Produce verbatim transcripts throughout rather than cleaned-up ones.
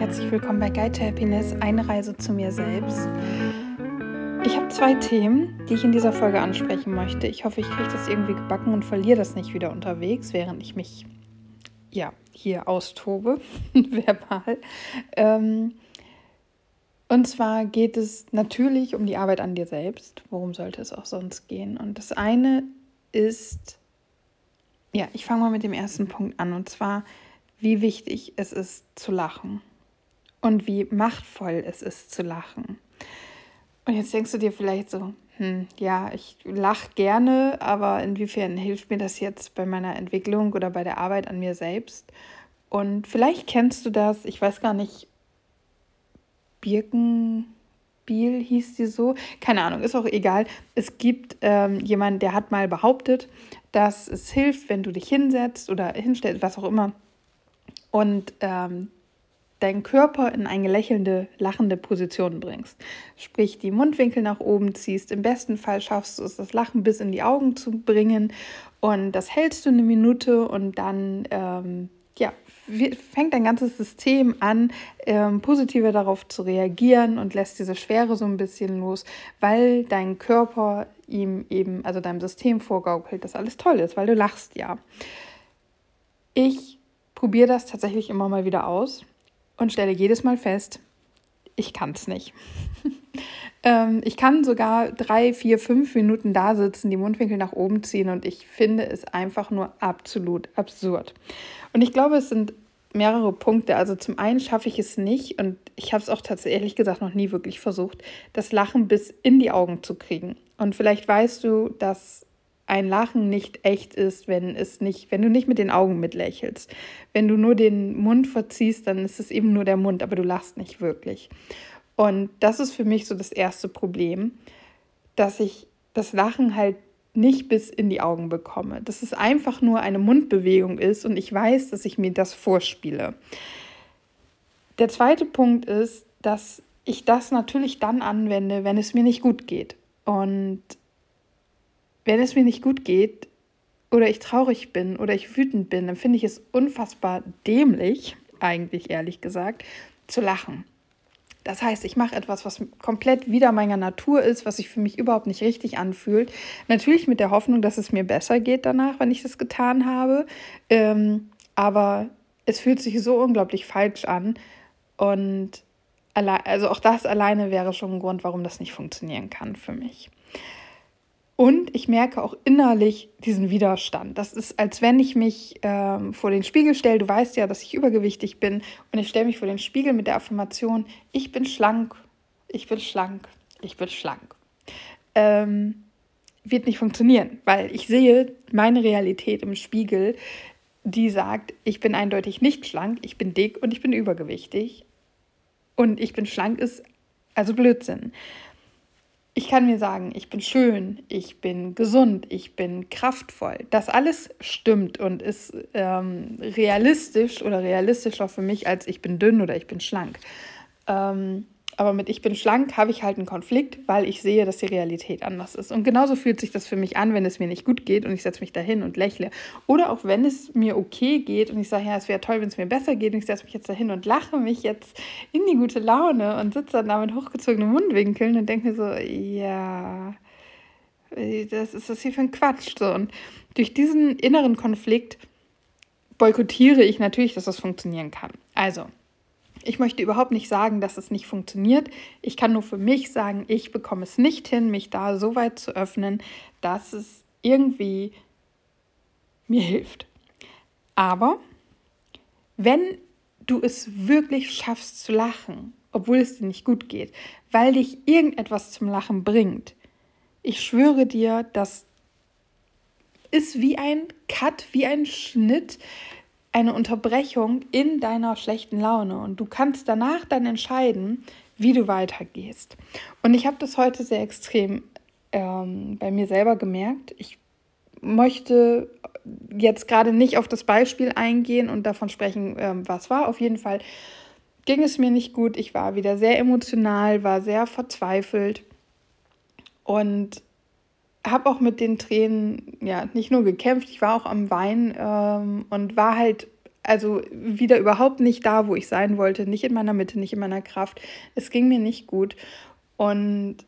herzlich willkommen bei Guide to Happiness, eine Reise zu mir selbst. Ich habe zwei Themen, die ich in dieser Folge ansprechen möchte. Ich hoffe, ich kriege das irgendwie gebacken und verliere das nicht wieder unterwegs, während ich mich ja, hier austobe, verbal. Ähm, und zwar geht es natürlich um die Arbeit an dir selbst. Worum sollte es auch sonst gehen? Und das eine ist, ja, ich fange mal mit dem ersten Punkt an, und zwar, wie wichtig es ist zu lachen und wie machtvoll es ist zu lachen. Und jetzt denkst du dir vielleicht so, hm, ja, ich lache gerne, aber inwiefern hilft mir das jetzt bei meiner Entwicklung oder bei der Arbeit an mir selbst? Und vielleicht kennst du das, ich weiß gar nicht, Birkenbiel hieß die so, keine Ahnung, ist auch egal. Es gibt ähm, jemanden, der hat mal behauptet, dass es hilft, wenn du dich hinsetzt oder hinstellst, was auch immer, und ähm, deinen Körper in eine lächelnde, lachende Position bringst. Sprich, die Mundwinkel nach oben ziehst. Im besten Fall schaffst du es, das Lachen bis in die Augen zu bringen. Und das hältst du eine Minute und dann ähm, ja, fängt dein ganzes System an, ähm, positiver darauf zu reagieren und lässt diese Schwere so ein bisschen los, weil dein Körper ihm eben, also deinem System vorgaukelt, dass alles toll ist, weil du lachst ja. Ich probiere das tatsächlich immer mal wieder aus und stelle jedes Mal fest, ich kann es nicht. ähm, ich kann sogar drei, vier, fünf Minuten da sitzen, die Mundwinkel nach oben ziehen, und ich finde es einfach nur absolut absurd. Und ich glaube, es sind mehrere Punkte. Also zum einen schaffe ich es nicht, und ich habe es auch tatsächlich gesagt noch nie wirklich versucht, das Lachen bis in die Augen zu kriegen. Und vielleicht weißt du, dass ein Lachen nicht echt ist, wenn es nicht, wenn du nicht mit den Augen mitlächelst. Wenn du nur den Mund verziehst, dann ist es eben nur der Mund, aber du lachst nicht wirklich. Und das ist für mich so das erste Problem, dass ich das Lachen halt nicht bis in die Augen bekomme. Dass es einfach nur eine Mundbewegung ist und ich weiß, dass ich mir das vorspiele. Der zweite Punkt ist, dass ich das natürlich dann anwende, wenn es mir nicht gut geht. Und wenn es mir nicht gut geht oder ich traurig bin oder ich wütend bin, dann finde ich es unfassbar dämlich, eigentlich ehrlich gesagt, zu lachen. Das heißt, ich mache etwas, was komplett wider meiner Natur ist, was sich für mich überhaupt nicht richtig anfühlt. Natürlich mit der Hoffnung, dass es mir besser geht danach, wenn ich das getan habe. Ähm, aber es fühlt sich so unglaublich falsch an. Und alle- also auch das alleine wäre schon ein Grund, warum das nicht funktionieren kann für mich. Und ich merke auch innerlich diesen Widerstand. Das ist, als wenn ich mich ähm, vor den Spiegel stelle. Du weißt ja, dass ich übergewichtig bin. Und ich stelle mich vor den Spiegel mit der Affirmation, ich bin schlank, ich bin schlank, ich bin schlank. Ähm, wird nicht funktionieren, weil ich sehe meine Realität im Spiegel, die sagt, ich bin eindeutig nicht schlank, ich bin dick und ich bin übergewichtig. Und ich bin schlank ist also Blödsinn. Ich kann mir sagen, ich bin schön, ich bin gesund, ich bin kraftvoll. Das alles stimmt und ist ähm, realistisch oder realistischer für mich, als ich bin dünn oder ich bin schlank. Ähm, aber mit ich bin schlank habe ich halt einen Konflikt, weil ich sehe, dass die Realität anders ist. Und genauso fühlt sich das für mich an, wenn es mir nicht gut geht und ich setze mich dahin und lächle. Oder auch wenn es mir okay geht und ich sage, ja, es wäre toll, wenn es mir besser geht, und ich setze mich jetzt dahin und lache mich jetzt in die gute Laune und sitze dann da mit hochgezogenen Mundwinkeln und denke mir so, ja, das ist das hier für ein Quatsch. So. Und durch diesen inneren Konflikt boykottiere ich natürlich, dass das funktionieren kann. Also, ich möchte überhaupt nicht sagen, dass es nicht funktioniert. Ich kann nur für mich sagen, ich bekomme es nicht hin, mich da so weit zu öffnen, dass es irgendwie mir hilft. Aber wenn du es wirklich schaffst zu lachen, obwohl es dir nicht gut geht, weil dich irgendetwas zum Lachen bringt, ich schwöre dir, das ist wie ein Cut, wie ein Schnitt, eine Unterbrechung in deiner schlechten Laune, und du kannst danach dann entscheiden, wie du weitergehst. Und ich habe das heute sehr extrem ähm, bei mir selber gemerkt. Ich möchte jetzt gerade nicht auf das Beispiel eingehen und davon sprechen, ähm, was war. Auf jeden Fall ging es mir nicht gut. Ich war wieder sehr emotional, war sehr verzweifelt und habe auch mit den Tränen ja nicht nur gekämpft, ich war auch am Weinen ähm, und war halt also wieder überhaupt nicht da, wo ich sein wollte, nicht in meiner Mitte, nicht in meiner Kraft. Es ging mir nicht gut. Und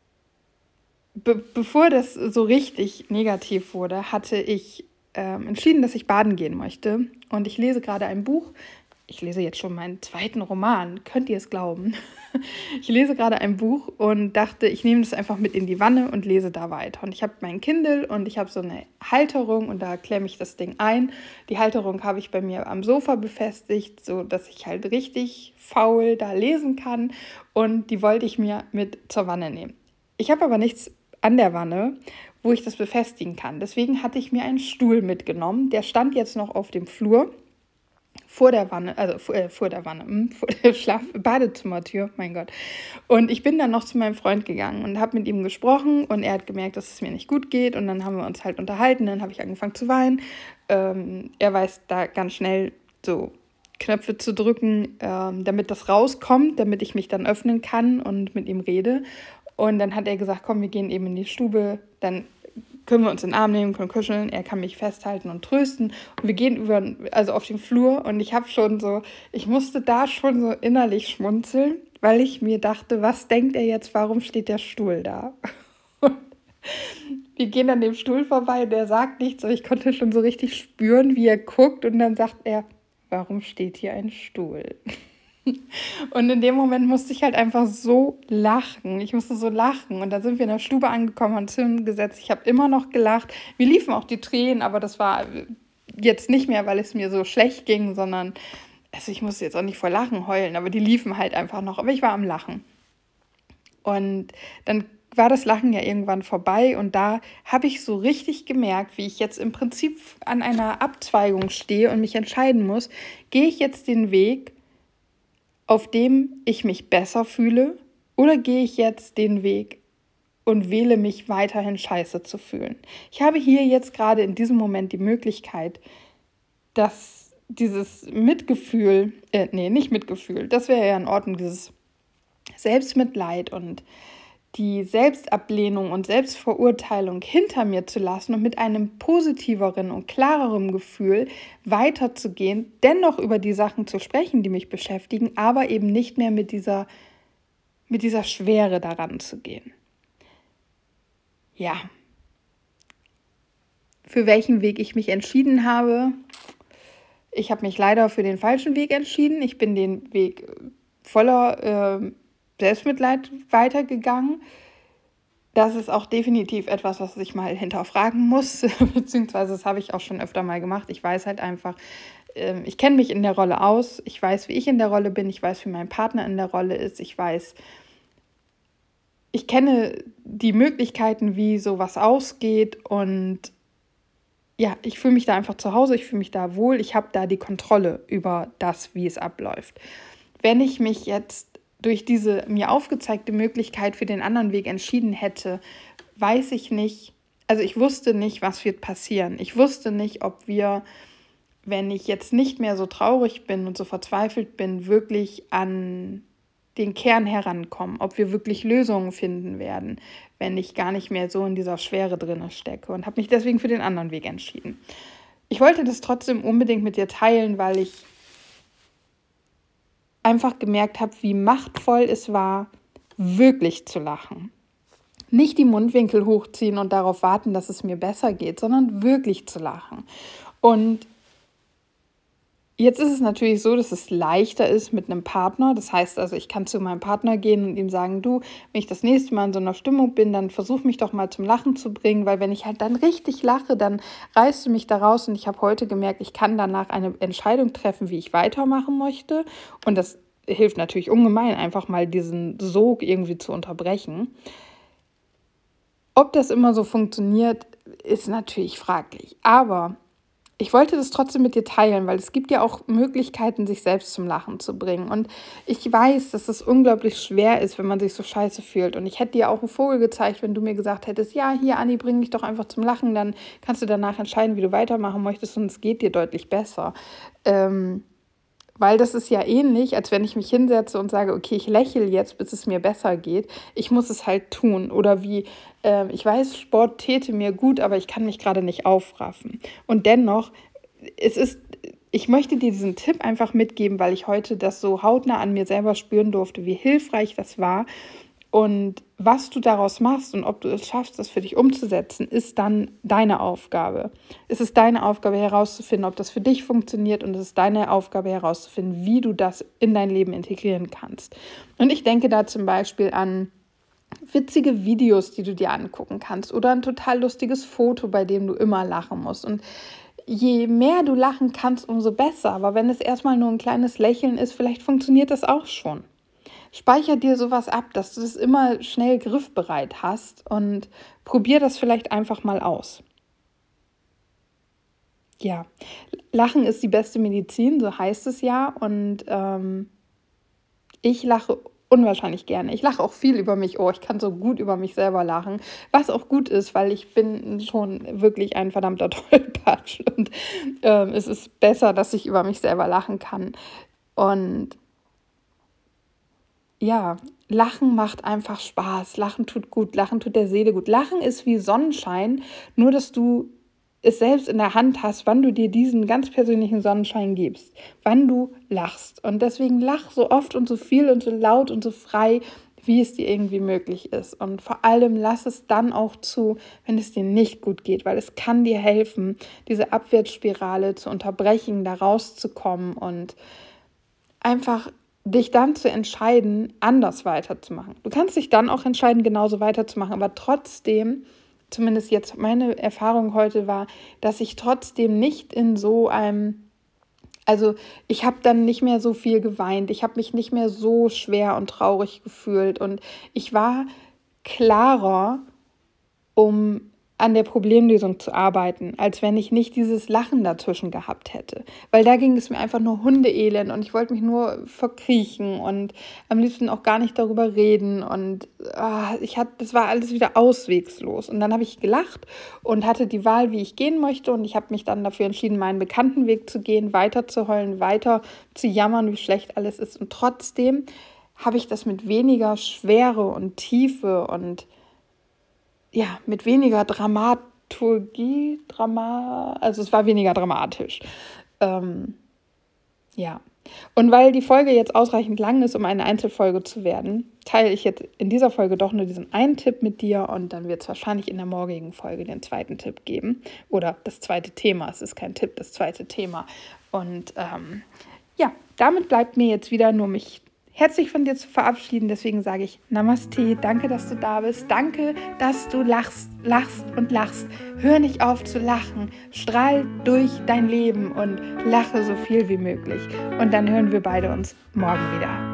be- bevor das so richtig negativ wurde, hatte ich ähm, entschieden, dass ich baden gehen möchte. Und ich lese gerade ein Buch. Ich lese jetzt schon meinen zweiten Roman. Könnt ihr es glauben? Ich lese gerade ein Buch und dachte, ich nehme das einfach mit in die Wanne und lese da weiter. Und ich habe mein Kindle und ich habe so eine Halterung und da klemme ich das Ding ein. Die Halterung habe ich bei mir am Sofa befestigt, so dass ich halt richtig faul da lesen kann. Und die wollte ich mir mit zur Wanne nehmen. Ich habe aber nichts an der Wanne, wo ich das befestigen kann. Deswegen hatte ich mir einen Stuhl mitgenommen. Der stand jetzt noch auf dem Flur. Vor der Wanne, also vor, äh, vor der Wanne, hm, vor der Schlaf Badezimmertür, mein Gott. Und ich bin dann noch zu meinem Freund gegangen und habe mit ihm gesprochen und er hat gemerkt, dass es mir nicht gut geht und dann haben wir uns halt unterhalten, dann habe ich angefangen zu weinen. Ähm, er weiß da ganz schnell so Knöpfe zu drücken, ähm, damit das rauskommt, damit ich mich dann öffnen kann und mit ihm rede. Und dann hat er gesagt, komm, wir gehen eben in die Stube, dann können wir uns in den Arm nehmen, können kuscheln, er kann mich festhalten und trösten. Und wir gehen über, also auf den Flur und ich habe schon so, ich musste da schon so innerlich schmunzeln, weil ich mir dachte, was denkt er jetzt, warum steht der Stuhl da? Und wir gehen an dem Stuhl vorbei und er sagt nichts, aber ich konnte schon so richtig spüren, wie er guckt und dann sagt er, warum steht hier ein Stuhl? Und in dem Moment musste ich halt einfach so lachen. Ich musste so lachen. Und da sind wir in der Stube angekommen, haben uns hingesetzt. Ich habe immer noch gelacht. Mir liefen auch die Tränen, aber das war jetzt nicht mehr, weil es mir so schlecht ging, sondern, also ich musste jetzt auch nicht vor Lachen heulen, aber die liefen halt einfach noch. Aber ich war am Lachen. Und dann war das Lachen ja irgendwann vorbei und da habe ich so richtig gemerkt, wie ich jetzt im Prinzip an einer Abzweigung stehe und mich entscheiden muss, gehe ich jetzt den Weg, auf dem ich mich besser fühle, oder gehe ich jetzt den Weg und wähle mich weiterhin scheiße zu fühlen? Ich habe hier jetzt gerade in diesem Moment die Möglichkeit, dass dieses Mitgefühl, äh, nee, nicht Mitgefühl, das wäre ja in Ordnung, dieses Selbstmitleid und die Selbstablehnung und Selbstverurteilung hinter mir zu lassen und mit einem positiveren und klareren Gefühl weiterzugehen, dennoch über die Sachen zu sprechen, die mich beschäftigen, aber eben nicht mehr mit dieser, mit dieser Schwere daran zu gehen. Ja, für welchen Weg ich mich entschieden habe, ich habe mich leider für den falschen Weg entschieden. Ich bin den Weg voller äh, Selbstmitleid weitergegangen. Das ist auch definitiv etwas, was ich mal hinterfragen muss, beziehungsweise das habe ich auch schon öfter mal gemacht. Ich weiß halt einfach, äh, ich kenne mich in der Rolle aus, ich weiß, wie ich in der Rolle bin, ich weiß, wie mein Partner in der Rolle ist, ich weiß, ich kenne die Möglichkeiten, wie sowas ausgeht und ja, ich fühle mich da einfach zu Hause, ich fühle mich da wohl, ich habe da die Kontrolle über das, wie es abläuft. Wenn ich mich jetzt durch diese mir aufgezeigte Möglichkeit für den anderen Weg entschieden hätte, weiß ich nicht, also ich wusste nicht, was wird passieren. Ich wusste nicht, ob wir, wenn ich jetzt nicht mehr so traurig bin und so verzweifelt bin, wirklich an den Kern herankommen, ob wir wirklich Lösungen finden werden, wenn ich gar nicht mehr so in dieser Schwere drin stecke und habe mich deswegen für den anderen Weg entschieden. Ich wollte das trotzdem unbedingt mit dir teilen, weil ich einfach gemerkt habe, wie machtvoll es war, wirklich zu lachen. Nicht die Mundwinkel hochziehen und darauf warten, dass es mir besser geht, sondern wirklich zu lachen. Und jetzt ist es natürlich so, dass es leichter ist mit einem Partner. Das heißt also, ich kann zu meinem Partner gehen und ihm sagen, du, wenn ich das nächste Mal in so einer Stimmung bin, dann versuch mich doch mal zum Lachen zu bringen, weil wenn ich halt dann richtig lache, dann reißt du mich da raus und ich habe heute gemerkt, ich kann danach eine Entscheidung treffen, wie ich weitermachen möchte und das hilft natürlich ungemein, einfach mal diesen Sog irgendwie zu unterbrechen. Ob das immer so funktioniert, ist natürlich fraglich, aber ich wollte das trotzdem mit dir teilen, weil es gibt ja auch Möglichkeiten, sich selbst zum Lachen zu bringen. Und ich weiß, dass es unglaublich schwer ist, wenn man sich so scheiße fühlt. Und ich hätte dir auch einen Vogel gezeigt, wenn du mir gesagt hättest, ja, hier, Anni, bring mich doch einfach zum Lachen. Dann kannst du danach entscheiden, wie du weitermachen möchtest und es geht dir deutlich besser. Ähm, weil das ist ja ähnlich, als wenn ich mich hinsetze und sage, okay, ich lächle jetzt, bis es mir besser geht. Ich muss es halt tun. Oder wie, äh, ich weiß, Sport täte mir gut, aber ich kann mich gerade nicht aufraffen. Und dennoch, es ist ich möchte dir diesen Tipp einfach mitgeben, weil ich heute das so hautnah an mir selber spüren durfte, wie hilfreich das war. Und was du daraus machst und ob du es schaffst, das für dich umzusetzen, ist dann deine Aufgabe. Es ist deine Aufgabe herauszufinden, ob das für dich funktioniert, und es ist deine Aufgabe herauszufinden, wie du das in dein Leben integrieren kannst. Und ich denke da zum Beispiel an witzige Videos, die du dir angucken kannst, oder ein total lustiges Foto, bei dem du immer lachen musst. Und je mehr du lachen kannst, umso besser. Aber wenn es erstmal nur ein kleines Lächeln ist, vielleicht funktioniert das auch schon. Speicher dir sowas ab, dass du das immer schnell griffbereit hast, und probier das vielleicht einfach mal aus. Ja, Lachen ist die beste Medizin, so heißt es ja, und ähm, ich lache unwahrscheinlich gerne. Ich lache auch viel über mich. Oh, ich kann so gut über mich selber lachen, was auch gut ist, weil ich bin schon wirklich ein verdammter Tollpatsch, und ähm, es ist besser, dass ich über mich selber lachen kann. Und ja, Lachen macht einfach Spaß. Lachen tut gut. Lachen tut der Seele gut. Lachen ist wie Sonnenschein, nur dass du es selbst in der Hand hast, wann du dir diesen ganz persönlichen Sonnenschein gibst, wann du lachst. Und deswegen lach so oft und so viel und so laut und so frei, wie es dir irgendwie möglich ist. Und vor allem lass es dann auch zu, wenn es dir nicht gut geht, weil es kann dir helfen, diese Abwärtsspirale zu unterbrechen, da rauszukommen und einfach dich dann zu entscheiden, anders weiterzumachen. Du kannst dich dann auch entscheiden, genauso weiterzumachen, aber trotzdem, zumindest jetzt meine Erfahrung heute war, dass ich trotzdem nicht in so einem, also ich habe dann nicht mehr so viel geweint, ich habe mich nicht mehr so schwer und traurig gefühlt, und ich war klarer, um an der Problemlösung zu arbeiten, als wenn ich nicht dieses Lachen dazwischen gehabt hätte. Weil da ging es mir einfach nur hundeelend, und ich wollte mich nur verkriechen und am liebsten auch gar nicht darüber reden, und ah, ich hatte, das war alles wieder auswegslos. Und dann habe ich gelacht und hatte die Wahl, wie ich gehen möchte, und ich habe mich dann dafür entschieden, meinen bekannten Weg zu gehen, weiter zu heulen, weiter zu jammern, wie schlecht alles ist, und trotzdem habe ich das mit weniger Schwere und Tiefe und ja, mit weniger Dramaturgie, Drama, also es war weniger dramatisch. Ähm, ja. Und weil die Folge jetzt ausreichend lang ist, um eine Einzelfolge zu werden, teile ich jetzt in dieser Folge doch nur diesen einen Tipp mit dir, und dann wird es wahrscheinlich in der morgigen Folge den zweiten Tipp geben. Oder das zweite Thema. Es ist kein Tipp, das zweite Thema. Und ähm, ja, damit bleibt mir jetzt wieder nur mich herzlich von dir zu verabschieden. Deswegen sage ich Namaste, danke, dass du da bist, danke, dass du lachst, lachst und lachst. Hör nicht auf zu lachen, strahl durch dein Leben und lache so viel wie möglich. Und dann hören wir beide uns morgen wieder.